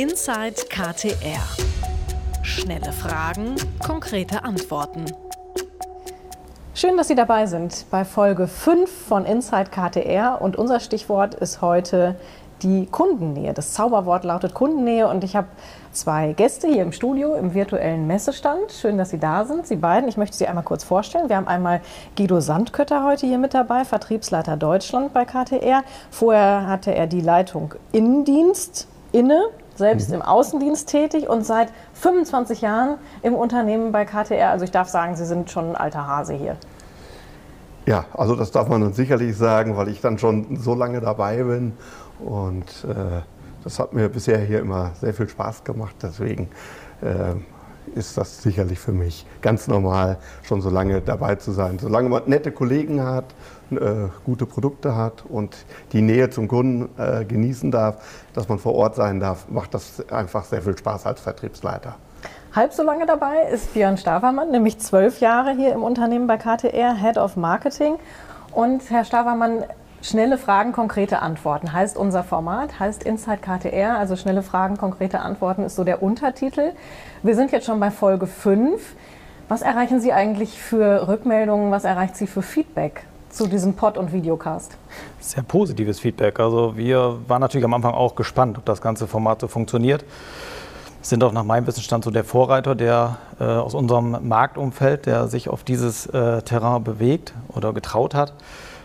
Inside KTR. Schnelle Fragen, konkrete Antworten. Schön, dass Sie dabei sind bei Folge 5 von Inside KTR und unser Stichwort ist heute die Kundennähe. Das Zauberwort lautet Kundennähe und ich habe zwei Gäste hier im Studio im virtuellen Messestand. Schön, dass Sie da sind, Sie beiden. Ich möchte Sie einmal kurz vorstellen. Wir haben einmal Guido Sandkötter heute hier mit dabei, Vertriebsleiter Deutschland bei KTR. Vorher hatte er die Leitung Innendienst inne, selbst im Außendienst tätig und seit 25 Jahren im Unternehmen bei KTR. Also ich darf sagen, Sie sind schon ein alter Hase hier. Ja, also das darf man uns sicherlich sagen, weil ich dann schon so lange dabei bin und das hat mir bisher hier immer sehr viel Spaß gemacht. Deswegen ist das sicherlich für mich ganz normal, schon so lange dabei zu sein. Solange man nette Kollegen hat, gute Produkte hat und die Nähe zum Kunden genießen darf, dass man vor Ort sein darf, macht das einfach sehr viel Spaß als Vertriebsleiter. Halb so lange dabei ist Björn Stavermann, nämlich 12 Jahre hier im Unternehmen bei KTR, Head of Marketing. Und Herr Stavermann, schnelle Fragen, konkrete Antworten heißt unser Format, heißt Inside KTR, also schnelle Fragen, konkrete Antworten ist so der Untertitel. Wir sind jetzt schon bei Folge 5. Was erreichen Sie eigentlich für Rückmeldungen, was erreicht Sie für Feedback zu diesem Pod- und Videocast? Sehr positives Feedback. Also wir waren natürlich am Anfang auch gespannt, ob das ganze Format so funktioniert. Sind auch nach meinem Wissensstand so der Vorreiter, der aus unserem Marktumfeld, der sich auf dieses Terrain bewegt oder getraut hat.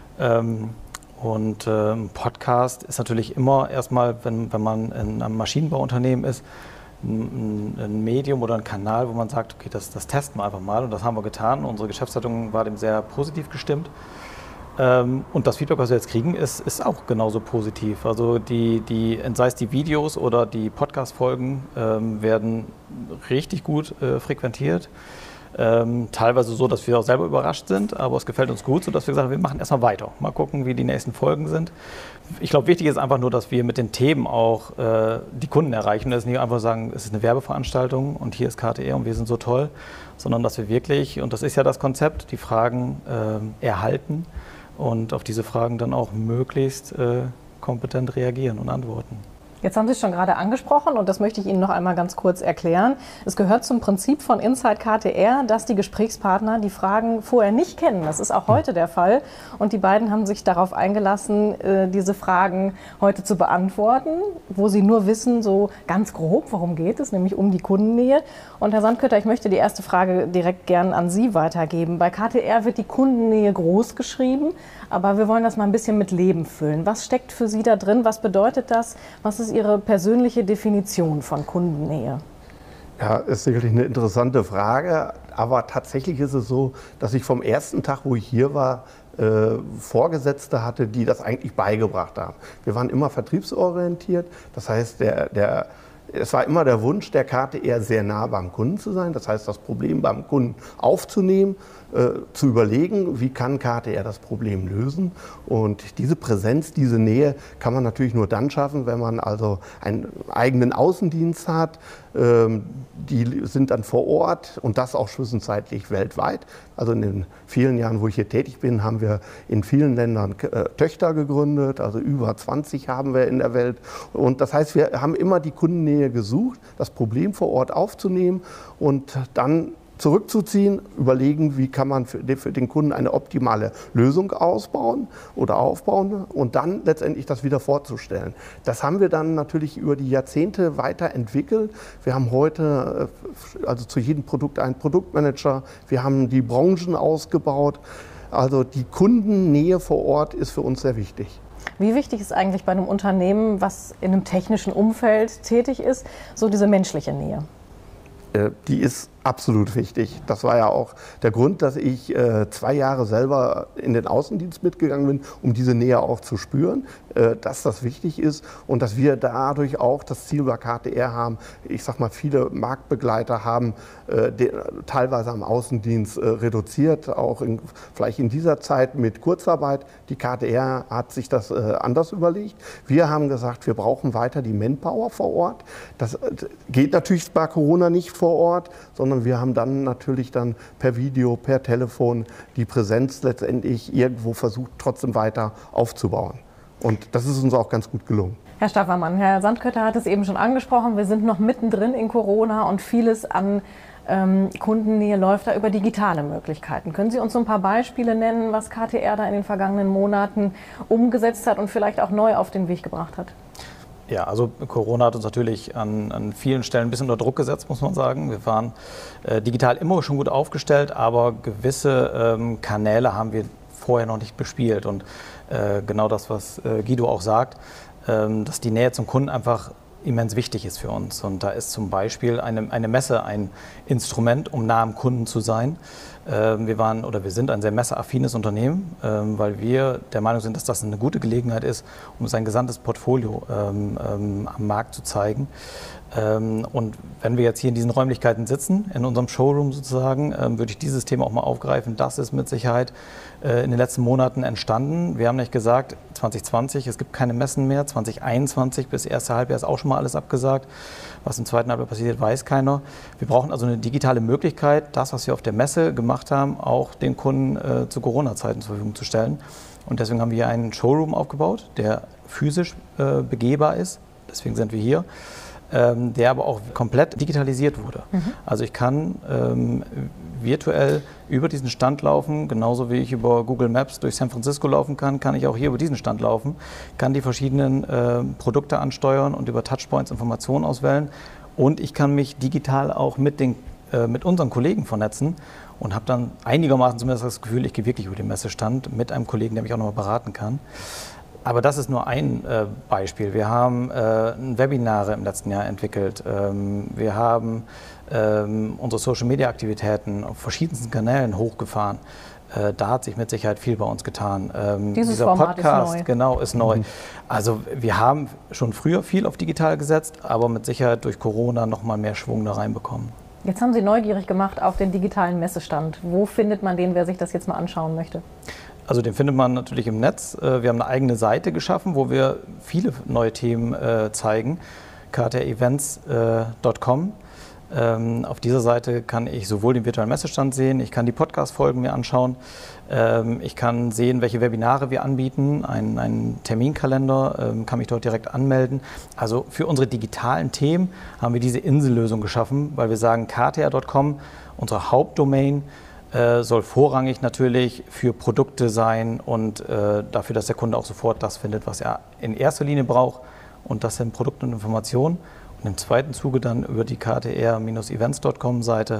Und Podcast ist natürlich immer erstmal, wenn man in einem Maschinenbauunternehmen ist, ein Medium oder ein Kanal, wo man sagt, okay, das testen wir einfach mal. Und das haben wir getan. Unsere Geschäftsleitung war dem sehr positiv gestimmt. Und das Feedback, was wir jetzt kriegen, ist auch genauso positiv. Also sei es die Videos oder die Podcast-Folgen, werden richtig gut frequentiert. Teilweise so, dass wir auch selber überrascht sind, aber es gefällt uns gut, sodass wir gesagt haben, wir machen erstmal weiter. Mal gucken, wie die nächsten Folgen sind. Ich glaube, wichtig ist einfach nur, dass wir mit den Themen auch die Kunden erreichen. Das ist nicht einfach sagen, es ist eine Werbeveranstaltung und hier ist KTR und wir sind so toll, sondern dass wir wirklich, und das ist ja das Konzept, die Fragen erhalten und auf diese Fragen dann auch möglichst kompetent reagieren und antworten. Jetzt haben Sie es schon gerade angesprochen und das möchte ich Ihnen noch einmal ganz kurz erklären. Es gehört zum Prinzip von Inside KTR, dass die Gesprächspartner die Fragen vorher nicht kennen. Das ist auch heute der Fall und die beiden haben sich darauf eingelassen, diese Fragen heute zu beantworten, wo sie nur wissen, so ganz grob, worum geht es, nämlich um die Kundennähe. Und Herr Sandkötter, ich möchte die erste Frage direkt gern an Sie weitergeben. Bei KTR wird die Kundennähe groß geschrieben, aber wir wollen das mal ein bisschen mit Leben füllen. Was steckt für Sie da drin? Was bedeutet das? Was ist Ihre persönliche Definition von Kundennähe? Ja, ist sicherlich eine interessante Frage, aber tatsächlich ist es so, dass ich vom ersten Tag, wo ich hier war, Vorgesetzte hatte, die das eigentlich beigebracht haben. Wir waren immer vertriebsorientiert, das heißt, es war immer der Wunsch der KTR, sehr nah beim Kunden zu sein, das heißt, das Problem beim Kunden aufzunehmen, zu überlegen, wie kann KTR das Problem lösen. Und diese Präsenz, diese Nähe kann man natürlich nur dann schaffen, wenn man also einen eigenen Außendienst hat. Die sind dann vor Ort und das auch zwischenzeitlich weltweit. Also in den vielen Jahren, wo ich hier tätig bin, haben wir in vielen Ländern Töchter gegründet, also über 20 haben wir in der Welt. Und das heißt, wir haben immer die Kundennähe gesucht, das Problem vor Ort aufzunehmen und dann zurückzuziehen, überlegen, wie kann man für den Kunden eine optimale Lösung aufbauen und dann letztendlich das wieder vorzustellen. Das haben wir dann natürlich über die Jahrzehnte weiterentwickelt. Wir haben heute also zu jedem Produkt einen Produktmanager, wir haben die Branchen ausgebaut. Also die Kundennähe vor Ort ist für uns sehr wichtig. Wie wichtig ist eigentlich bei einem Unternehmen, was in einem technischen Umfeld tätig ist, so diese menschliche Nähe? Die ist absolut wichtig. Das war ja auch der Grund, dass ich 2 Jahre selber in den Außendienst mitgegangen bin, um diese Nähe auch zu spüren, dass das wichtig ist und dass wir dadurch auch das Ziel bei KTR haben. Ich sag mal, viele Marktbegleiter haben teilweise am Außendienst reduziert, auch vielleicht in dieser Zeit mit Kurzarbeit. Die KTR hat sich das anders überlegt. Wir haben gesagt, wir brauchen weiter die Manpower vor Ort. Das geht natürlich bei Corona nicht vor Ort, sondern wir haben dann natürlich per Video, per Telefon die Präsenz letztendlich irgendwo versucht, trotzdem weiter aufzubauen. Und das ist uns auch ganz gut gelungen. Herr Staffermann, Herr Sandkötter hat es eben schon angesprochen, wir sind noch mittendrin in Corona und vieles an Kundennähe läuft da über digitale Möglichkeiten. Können Sie uns so ein paar Beispiele nennen, was KTR da in den vergangenen Monaten umgesetzt hat und vielleicht auch neu auf den Weg gebracht hat? Ja, also Corona hat uns natürlich an vielen Stellen ein bisschen unter Druck gesetzt, muss man sagen. Wir waren digital immer schon gut aufgestellt, aber gewisse Kanäle haben wir vorher noch nicht bespielt. Und genau das, was Guido auch sagt, dass die Nähe zum Kunden einfach immens wichtig ist für uns. Und da ist zum Beispiel eine Messe ein Instrument, um nah am Kunden zu sein. Wir sind ein sehr messeaffines Unternehmen, weil wir der Meinung sind, dass das eine gute Gelegenheit ist, um sein gesamtes Portfolio am Markt zu zeigen. Und wenn wir jetzt hier in diesen Räumlichkeiten sitzen, in unserem Showroom sozusagen, würde ich dieses Thema auch mal aufgreifen. Das ist mit Sicherheit in den letzten Monaten entstanden. Wir haben nicht gesagt, 2020, es gibt keine Messen mehr, 2021 bis erste Halbjahr ist auch schon mal alles abgesagt. Was im zweiten Halbjahr passiert, weiß keiner. Wir brauchen also eine digitale Möglichkeit, das, was wir auf der Messe gemacht haben, auch den Kunden zu Corona-Zeiten zur Verfügung zu stellen. Und deswegen haben wir hier einen Showroom aufgebaut, der physisch begehbar ist. Deswegen sind wir hier. Der aber auch komplett digitalisiert wurde. Also ich kann virtuell über diesen Stand laufen, genauso wie ich über Google Maps durch San Francisco laufen kann ich auch hier über diesen Stand laufen, kann die verschiedenen Produkte ansteuern und über Touchpoints Informationen auswählen und ich kann mich digital auch mit unseren Kollegen vernetzen und habe dann einigermaßen zumindest das Gefühl, ich gehe wirklich über den Messestand mit einem Kollegen, der mich auch noch mal beraten kann. Aber das ist nur ein Beispiel. Wir haben Webinare im letzten Jahr entwickelt. Wir haben unsere Social-Media-Aktivitäten auf verschiedensten Kanälen hochgefahren. Da hat sich mit Sicherheit viel bei uns getan. Dieser Podcast ist neu. Genau, ist neu. Also wir haben schon früher viel auf digital gesetzt, aber mit Sicherheit durch Corona noch mal mehr Schwung da reinbekommen. Jetzt haben Sie neugierig gemacht auf den digitalen Messestand. Wo findet man den, wer sich das jetzt mal anschauen möchte? Also den findet man natürlich im Netz. Wir haben eine eigene Seite geschaffen, wo wir viele neue Themen zeigen, ktrevents.com. Auf dieser Seite kann ich sowohl den virtuellen Messestand sehen, ich kann die Podcast-Folgen mir anschauen, ich kann sehen, welche Webinare wir anbieten, einen Terminkalender, kann mich dort direkt anmelden. Also für unsere digitalen Themen haben wir diese Insellösung geschaffen, weil wir sagen, ktr.com, unsere Hauptdomain, soll vorrangig natürlich für Produkte sein und dafür, dass der Kunde auch sofort das findet, was er in erster Linie braucht. Und das sind Produkte und Informationen. Und im zweiten Zuge dann über die ktr-events.com Seite,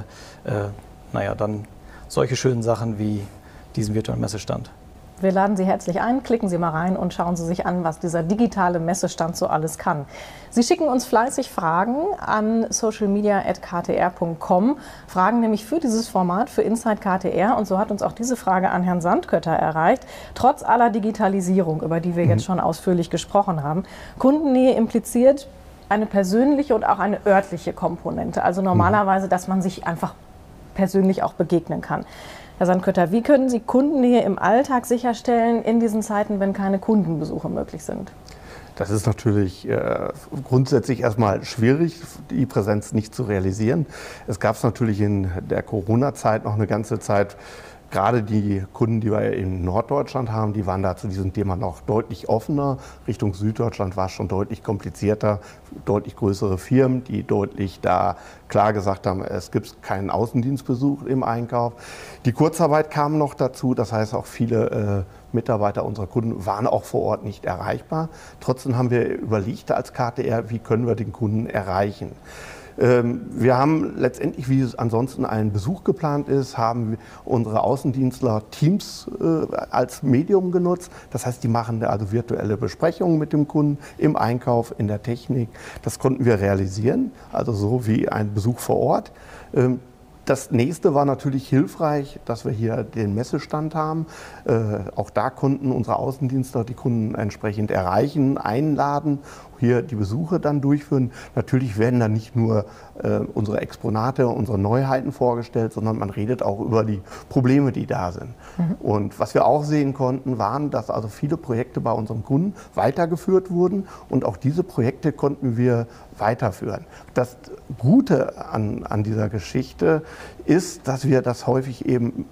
dann solche schönen Sachen wie diesen virtuellen Messestand. Wir laden Sie herzlich ein, klicken Sie mal rein und schauen Sie sich an, was dieser digitale Messestand so alles kann. Sie schicken uns fleißig Fragen an socialmedia@ktr.com, Fragen nämlich für dieses Format, für Inside KTR. Und so hat uns auch diese Frage an Herrn Sandkötter erreicht. Trotz aller Digitalisierung, über die wir jetzt schon ausführlich gesprochen haben, Kundennähe impliziert eine persönliche und auch eine örtliche Komponente. Also normalerweise, dass man sich einfach persönlich auch begegnen kann. Herr Sandkötter, wie können Sie Kundennähe im Alltag sicherstellen in diesen Zeiten, wenn keine Kundenbesuche möglich sind? Das ist natürlich grundsätzlich erstmal schwierig, die Präsenz nicht zu realisieren. Es gab es natürlich in der Corona-Zeit noch eine ganze Zeit. Gerade die Kunden, die wir in Norddeutschland haben, die waren da zu diesem Thema noch deutlich offener. Richtung Süddeutschland war es schon deutlich komplizierter, deutlich größere Firmen, die deutlich da klar gesagt haben, es gibt keinen Außendienstbesuch im Einkauf. Die Kurzarbeit kam noch dazu, das heißt auch viele Mitarbeiter unserer Kunden waren auch vor Ort nicht erreichbar. Trotzdem haben wir überlegt als KTR, wie können wir den Kunden erreichen. Wir haben letztendlich, wie es ansonsten ein Besuch geplant ist, haben unsere Außendienstler Teams als Medium genutzt. Das heißt, die machen also virtuelle Besprechungen mit dem Kunden im Einkauf, in der Technik. Das konnten wir realisieren, also so wie ein Besuch vor Ort. Das nächste war natürlich hilfreich, dass wir hier den Messestand haben. Auch da konnten unsere Außendienstler die Kunden entsprechend erreichen, einladen, hier die Besuche dann durchführen. Natürlich werden da nicht nur unsere Exponate, unsere Neuheiten vorgestellt, sondern man redet auch über die Probleme, die da sind. Und was wir auch sehen konnten, waren, dass also viele Projekte bei unserem Kunden weitergeführt wurden und auch diese Projekte konnten wir weiterführen. Das Gute an dieser Geschichte ist, dass wir das häufig eben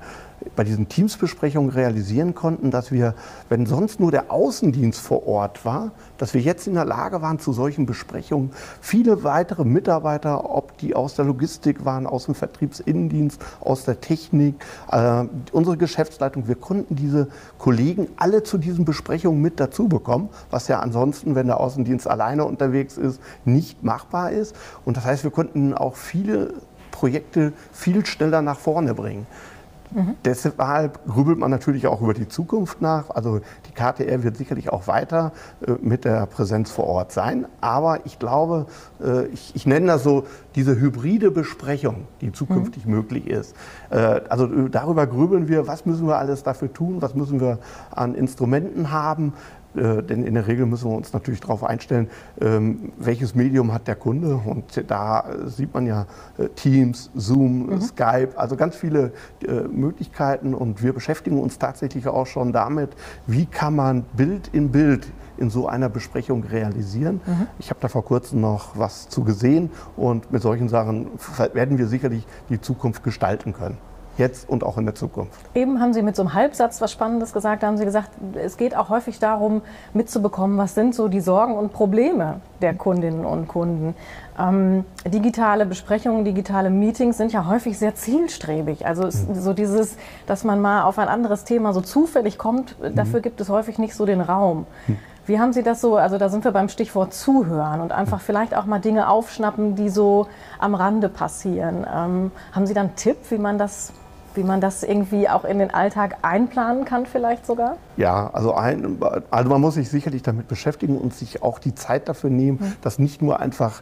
bei diesen Teamsbesprechungen realisieren konnten, dass wir, wenn sonst nur der Außendienst vor Ort war, dass wir jetzt in der Lage waren, zu solchen Besprechungen viele weitere Mitarbeiter, ob die aus der Logistik waren, aus dem Vertriebsinnendienst, aus der Technik, unsere Geschäftsleitung, wir konnten diese Kollegen alle zu diesen Besprechungen mit dazu bekommen, was ja ansonsten, wenn der Außendienst alleine unterwegs ist, nicht machbar ist. Und das heißt, wir konnten auch viele Projekte viel schneller nach vorne bringen. Deshalb grübelt man natürlich auch über die Zukunft nach. Also die KTR wird sicherlich auch weiter mit der Präsenz vor Ort sein. Aber ich glaube, ich nenne das so diese hybride Besprechung, die zukünftig möglich ist. Also darüber grübeln wir, was müssen wir alles dafür tun, was müssen wir an Instrumenten haben. Denn in der Regel müssen wir uns natürlich darauf einstellen, welches Medium hat der Kunde. Und da sieht man ja Teams, Zoom, Skype, also ganz viele Möglichkeiten. Und wir beschäftigen uns tatsächlich auch schon damit, wie kann man Bild in Bild in so einer Besprechung realisieren. Ich habe da vor kurzem noch was zu gesehen und mit solchen Sachen werden wir sicherlich die Zukunft gestalten können. Jetzt und auch in der Zukunft. Eben haben Sie mit so einem Halbsatz was Spannendes gesagt. Da haben Sie gesagt, es geht auch häufig darum, mitzubekommen, was sind so die Sorgen und Probleme der Kundinnen und Kunden. Digitale Besprechungen, digitale Meetings sind ja häufig sehr zielstrebig. Also so dieses, dass man mal auf ein anderes Thema so zufällig kommt, dafür gibt es häufig nicht so den Raum. Wie haben Sie das so, also da sind wir beim Stichwort Zuhören und einfach vielleicht auch mal Dinge aufschnappen, die so am Rande passieren. Haben Sie da einen Tipp, wie man das irgendwie auch in den Alltag einplanen kann vielleicht sogar? Ja, also man muss sich sicherlich damit beschäftigen und sich auch die Zeit dafür nehmen, dass nicht nur einfach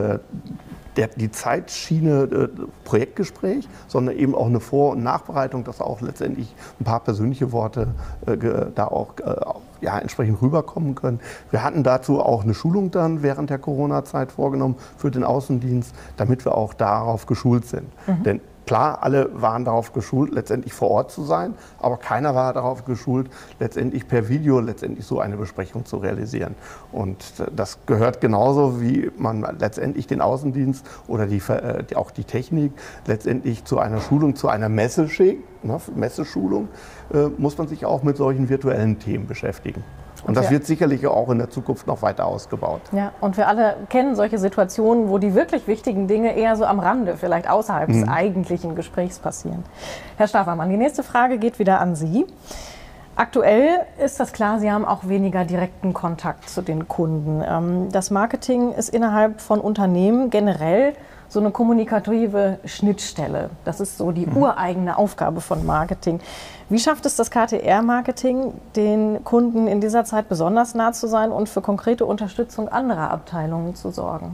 die Zeitschiene Projektgespräch, sondern eben auch eine Vor- und Nachbereitung, dass auch letztendlich ein paar persönliche Worte da auch entsprechend rüberkommen können. Wir hatten dazu auch eine Schulung dann während der Corona-Zeit vorgenommen für den Außendienst, damit wir auch darauf geschult sind. Denn klar, alle waren darauf geschult, letztendlich vor Ort zu sein, aber keiner war darauf geschult, letztendlich per Video letztendlich so eine Besprechung zu realisieren. Und das gehört genauso, wie man letztendlich den Außendienst oder auch die Technik letztendlich zu einer Schulung, zu einer Messe schickt, Messeschulung, muss man sich auch mit solchen virtuellen Themen beschäftigen. Und das wird sicherlich auch in der Zukunft noch weiter ausgebaut. Ja, und wir alle kennen solche Situationen, wo die wirklich wichtigen Dinge eher so am Rande, vielleicht außerhalb des eigentlichen Gesprächs passieren. Herr Stafermann, die nächste Frage geht wieder an Sie. Aktuell ist das klar, Sie haben auch weniger direkten Kontakt zu den Kunden. Das Marketing ist innerhalb von Unternehmen generell so eine kommunikative Schnittstelle. Das ist so die ureigene Aufgabe von Marketing. Wie schafft es das KTR-Marketing, den Kunden in dieser Zeit besonders nah zu sein und für konkrete Unterstützung anderer Abteilungen zu sorgen?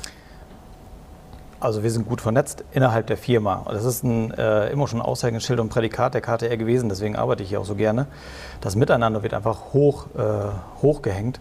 Also wir sind gut vernetzt innerhalb der Firma. Das ist immer schon ein Aushängeschild und Prädikat der KTR gewesen, deswegen arbeite ich hier auch so gerne. Das Miteinander wird einfach hochgehängt.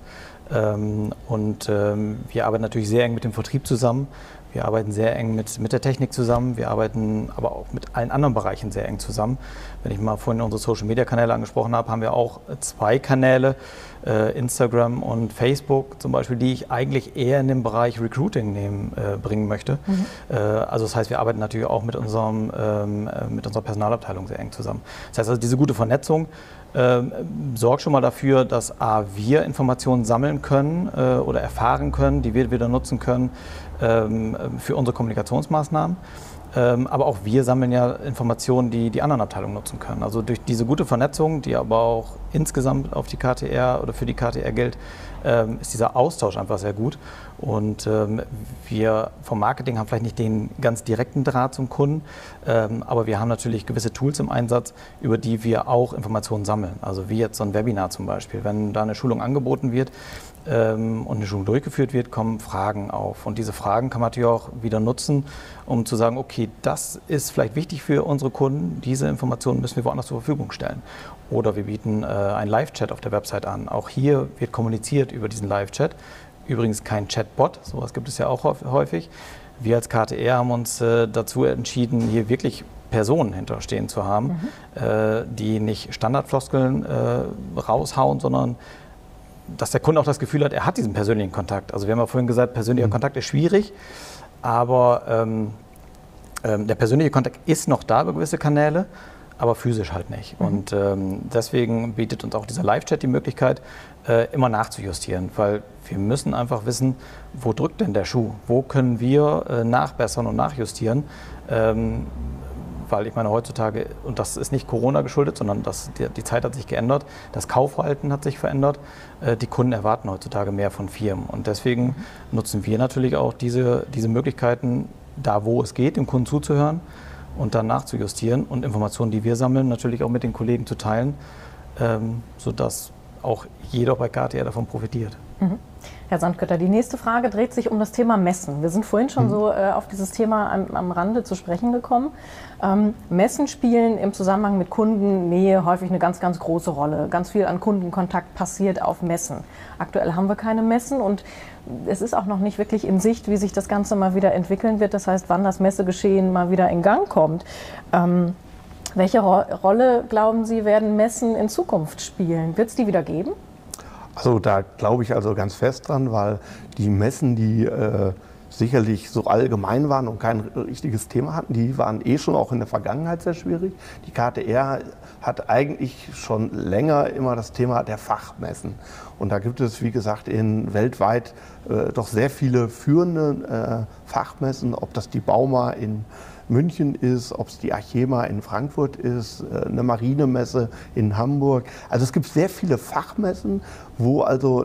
Wir arbeiten natürlich sehr eng mit dem Vertrieb zusammen. Wir arbeiten sehr eng mit der Technik zusammen. Wir arbeiten aber auch mit allen anderen Bereichen sehr eng zusammen. Wenn ich mal vorhin unsere Social-Media-Kanäle angesprochen habe, haben wir auch 2 Kanäle, Instagram und Facebook zum Beispiel, die ich eigentlich eher in den Bereich Recruiting bringen möchte. Also das heißt, wir arbeiten natürlich auch mit unserer Personalabteilung sehr eng zusammen. Das heißt also, diese gute Vernetzung sorgt schon mal dafür, dass wir Informationen sammeln können oder erfahren können, die wir wieder nutzen können für unsere Kommunikationsmaßnahmen. Aber auch wir sammeln ja Informationen, die die anderen Abteilungen nutzen können. Also durch diese gute Vernetzung, die aber auch insgesamt auf die KTR oder für die KTR gilt, ist dieser Austausch einfach sehr gut. Und wir vom Marketing haben vielleicht nicht den ganz direkten Draht zum Kunden, aber wir haben natürlich gewisse Tools im Einsatz, über die wir auch Informationen sammeln. Also wie jetzt so ein Webinar zum Beispiel. Wenn da eine Schulung angeboten wird und eine Schulung durchgeführt wird, kommen Fragen auf. Und diese Fragen kann man natürlich auch wieder nutzen, um zu sagen, okay, das ist vielleicht wichtig für unsere Kunden, diese Informationen müssen wir woanders zur Verfügung stellen. Oder wir bieten einen Live-Chat auf der Website an. Auch hier wird kommuniziert über diesen Live-Chat. Übrigens kein Chatbot, sowas gibt es ja auch häufig. Wir als KTR haben uns dazu entschieden, hier wirklich Personen hinterstehen zu haben, die nicht Standardfloskeln raushauen, sondern dass der Kunde auch das Gefühl hat, er hat diesen persönlichen Kontakt. Also wir haben ja vorhin gesagt, persönlicher Kontakt ist schwierig, aber der persönliche Kontakt ist noch da über gewisse Kanäle, aber physisch halt nicht. Und deswegen bietet uns auch dieser Live-Chat die Möglichkeit, immer nachzujustieren, weil wir müssen einfach wissen, wo drückt denn der Schuh? Wo können wir nachbessern und nachjustieren? Weil ich meine, heutzutage, und das ist nicht Corona geschuldet, sondern die Zeit hat sich geändert, das Kaufverhalten hat sich verändert, die Kunden erwarten heutzutage mehr von Firmen. Und deswegen nutzen wir natürlich auch diese Möglichkeiten, da wo es geht, dem Kunden zuzuhören und dann nachzujustieren und Informationen, die wir sammeln, natürlich auch mit den Kollegen zu teilen, sodass auch jeder bei KTR davon profitiert. Herr Sandkötter, die nächste Frage dreht sich um das Thema Messen. Wir sind vorhin schon so auf dieses Thema am Rande zu sprechen gekommen. Messen spielen im Zusammenhang mit Kundennähe häufig eine ganz, ganz große Rolle. Ganz viel an Kundenkontakt passiert auf Messen. Aktuell haben wir keine Messen und es ist auch noch nicht wirklich in Sicht, wie sich das Ganze mal wieder entwickeln wird. Das heißt, wann das Messegeschehen mal wieder in Gang kommt. Welche Rolle, glauben Sie, werden Messen in Zukunft spielen? Wird es die wieder geben? Also da glaube ich also ganz fest dran, weil die Messen, die sicherlich so allgemein waren und kein richtiges Thema hatten, die waren schon auch in der Vergangenheit sehr schwierig. Die KTR hat eigentlich schon länger immer das Thema der Fachmessen. Und da gibt es, wie gesagt, weltweit doch sehr viele führende Fachmessen, ob das die Bauma in München ist, ob es die Achema in Frankfurt ist, eine Marinemesse in Hamburg. Also es gibt sehr viele Fachmessen, wo also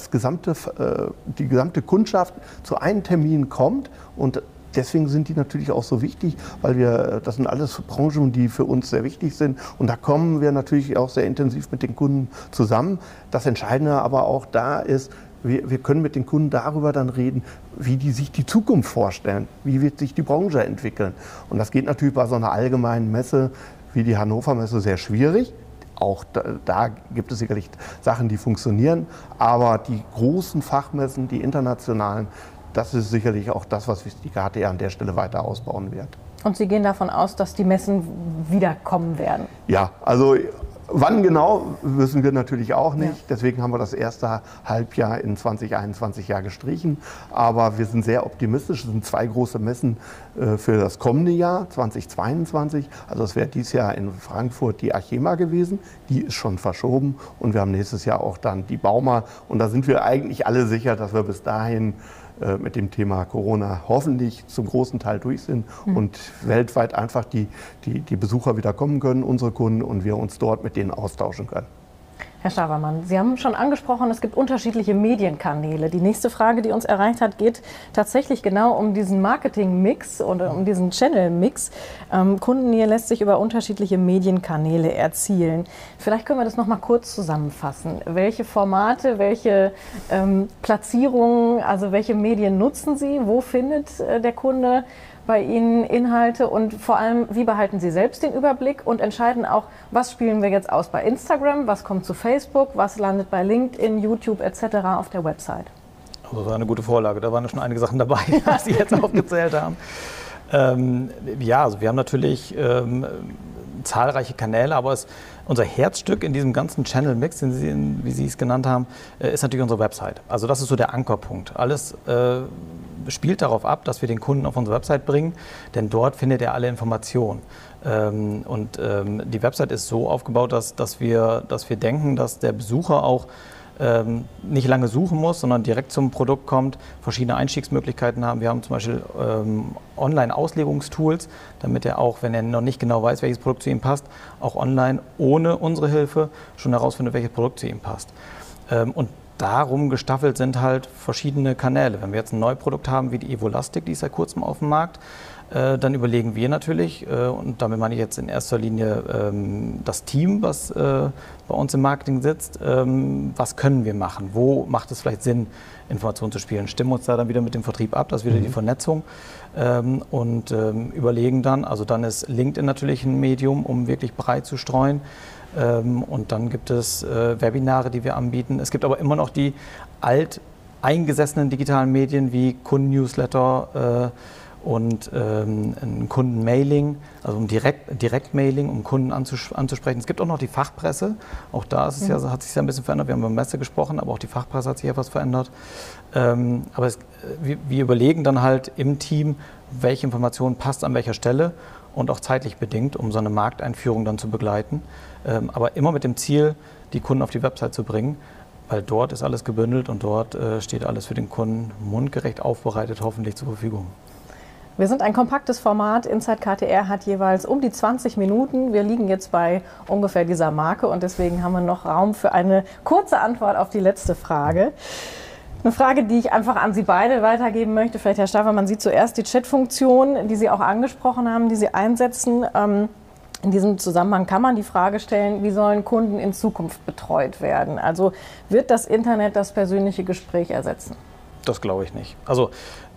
die gesamte Kundschaft zu einem Termin kommt und deswegen sind die natürlich auch so wichtig, weil das sind alles Branchen, die für uns sehr wichtig sind und da kommen wir natürlich auch sehr intensiv mit den Kunden zusammen. Das Entscheidende aber auch da ist, wir können mit den Kunden darüber dann reden, wie die sich die Zukunft vorstellen, wie wird sich die Branche entwickeln. Und das geht natürlich bei so einer allgemeinen Messe wie die Hannover Messe sehr schwierig. Auch da gibt es sicherlich Sachen, die funktionieren, aber die großen Fachmessen, die internationalen, das ist sicherlich auch das, was die KTR an der Stelle weiter ausbauen wird. Und Sie gehen davon aus, dass die Messen wiederkommen werden? Ja, also wann genau, wissen wir natürlich auch nicht. Ja. Deswegen haben wir das erste Halbjahr in 2021 gestrichen. Aber wir sind sehr optimistisch. Es sind 2 große Messen für das kommende Jahr, 2022. Also es wäre dieses Jahr in Frankfurt die Achema gewesen. Die ist schon verschoben. Und wir haben nächstes Jahr auch dann die Bauma. Und da sind wir eigentlich alle sicher, dass wir bis dahin mit dem Thema Corona hoffentlich zum großen Teil durch sind und weltweit einfach die Besucher wieder kommen können, unsere Kunden, und wir uns dort mit denen austauschen können. Herr Stavermann, Sie haben schon angesprochen, es gibt unterschiedliche Medienkanäle. Die nächste Frage, die uns erreicht hat, geht tatsächlich genau um diesen Marketing-Mix oder um diesen Channel-Mix. Kundennähe lässt sich über unterschiedliche Medienkanäle erzielen. Vielleicht können wir das noch mal kurz zusammenfassen. Welche Formate, welche Platzierungen, also welche Medien nutzen Sie? Wo findet der Kunde bei Ihnen Inhalte und vor allem, wie behalten Sie selbst den Überblick und entscheiden auch, was spielen wir jetzt aus bei Instagram, was kommt zu Facebook, was landet bei LinkedIn, YouTube etc. auf der Website? Also das war eine gute Vorlage, da waren ja schon einige Sachen dabei, was Sie jetzt aufgezählt haben. Also wir haben natürlich zahlreiche Kanäle, aber unser Herzstück in diesem ganzen Channel-Mix, wie Sie es genannt haben, ist natürlich unsere Website. Also das ist so der Ankerpunkt. Alles spielt darauf ab, dass wir den Kunden auf unsere Website bringen, denn dort findet er alle Informationen. Die Website ist so aufgebaut, dass wir denken, dass der Besucher auch nicht lange suchen muss, sondern direkt zum Produkt kommt, verschiedene Einstiegsmöglichkeiten haben. Wir haben zum Beispiel Online-Auslegungstools, damit er auch, wenn er noch nicht genau weiß, welches Produkt zu ihm passt, auch online ohne unsere Hilfe schon herausfindet, welches Produkt zu ihm passt. Und darum gestaffelt sind halt verschiedene Kanäle. Wenn wir jetzt ein Neuprodukt haben wie die Evolastic, die ist seit kurzem auf dem Markt, dann überlegen wir natürlich, und damit meine ich jetzt in erster Linie das Team, was bei uns im Marketing sitzt, was können wir machen, wo macht es vielleicht Sinn, Informationen zu spielen, stimmen uns da dann wieder mit dem Vertrieb ab, das ist wieder die Vernetzung und überlegen dann ist LinkedIn natürlich ein Medium, um wirklich breit zu streuen. Und dann gibt es Webinare, die wir anbieten. Es gibt aber immer noch die alteingesessenen digitalen Medien wie Kundennewsletter und ein Kundenmailing, also um Direktmailing, um Kunden anzusprechen. Es gibt auch noch die Fachpresse. Auch da ist es hat sich ja ein bisschen verändert. Wir haben über Messe gesprochen, aber auch die Fachpresse hat sich etwas verändert. Aber wir überlegen dann halt im Team, welche Information passt an welcher Stelle. und auch zeitlich bedingt, um so eine Markteinführung dann zu begleiten. Aber immer mit dem Ziel, die Kunden auf die Website zu bringen, weil dort ist alles gebündelt und dort steht alles für den Kunden mundgerecht aufbereitet hoffentlich zur Verfügung. Wir sind ein kompaktes Format. Inside KTR hat jeweils um die 20 Minuten. Wir liegen jetzt bei ungefähr dieser Marke und deswegen haben wir noch Raum für eine kurze Antwort auf die letzte Frage. Eine Frage, die ich einfach an Sie beide weitergeben möchte. Vielleicht, Herr Stavermann, Sie zuerst die Chat-Funktion, die Sie auch angesprochen haben, die Sie einsetzen. In diesem Zusammenhang kann man die Frage stellen, wie sollen Kunden in Zukunft betreut werden? Also wird das Internet das persönliche Gespräch ersetzen? Das glaube ich nicht. Also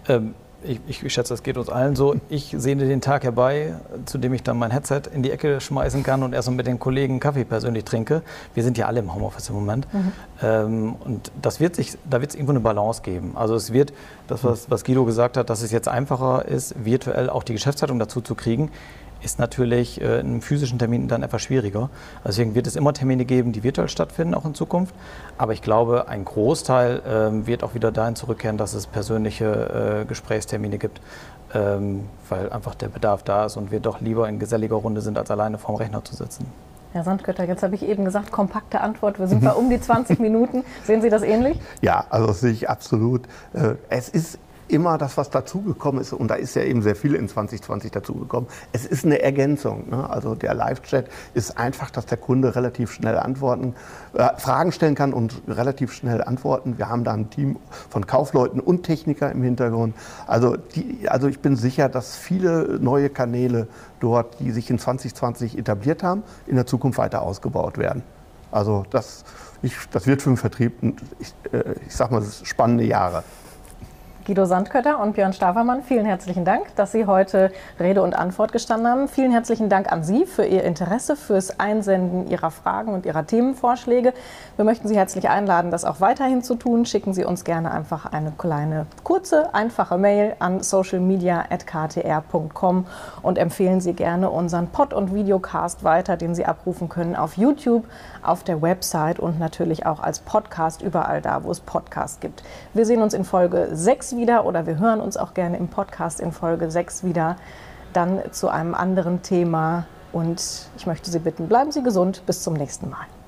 ich schätze, das geht uns allen so. Ich sehne den Tag herbei, zu dem ich dann mein Headset in die Ecke schmeißen kann und erst mal mit den Kollegen Kaffee persönlich trinke. Wir sind ja alle im Homeoffice im Moment. Und da wird es irgendwo eine Balance geben. Also es wird, das was Guido gesagt hat, dass es jetzt einfacher ist, virtuell auch die Geschäftszeitung dazu zu kriegen, ist natürlich in einem physischen Termin dann etwas schwieriger. Deswegen wird es immer Termine geben, die virtuell stattfinden, auch in Zukunft. Aber ich glaube, ein Großteil wird auch wieder dahin zurückkehren, dass es persönliche Gesprächstermine gibt, weil einfach der Bedarf da ist und wir doch lieber in geselliger Runde sind, als alleine vorm Rechner zu sitzen. Herr Sandkötter, jetzt habe ich eben gesagt, kompakte Antwort. Wir sind bei um die 20 Minuten. Sehen Sie das ähnlich? Ja, also das sehe ich absolut. Es ist immer das, was dazugekommen ist, und da ist ja eben sehr viel in 2020 dazugekommen. Es ist eine Ergänzung. Ne? Also der Live-Chat ist einfach, dass der Kunde relativ schnell Fragen stellen kann und relativ schnell antworten. Wir haben da ein Team von Kaufleuten und Techniker im Hintergrund. Also ich bin sicher, dass viele neue Kanäle dort, die sich in 2020 etabliert haben, in der Zukunft weiter ausgebaut werden. Also das wird für den Vertrieb, ich sag mal, spannende Jahre. Guido Sandkötter und Björn Stavermann, vielen herzlichen Dank, dass Sie heute Rede und Antwort gestanden haben. Vielen herzlichen Dank an Sie für Ihr Interesse, fürs Einsenden Ihrer Fragen und Ihrer Themenvorschläge. Wir möchten Sie herzlich einladen, das auch weiterhin zu tun. Schicken Sie uns gerne einfach eine kleine, kurze, einfache Mail an socialmedia@ktr.com und empfehlen Sie gerne unseren Pod- und Videocast weiter, den Sie abrufen können auf YouTube, auf der Website und natürlich auch als Podcast überall da, wo es Podcasts gibt. Wir sehen uns in Folge 6 wieder oder wir hören uns auch gerne im Podcast in Folge 6 wieder, dann zu einem anderen Thema. Und ich möchte Sie bitten, bleiben Sie gesund, bis zum nächsten Mal.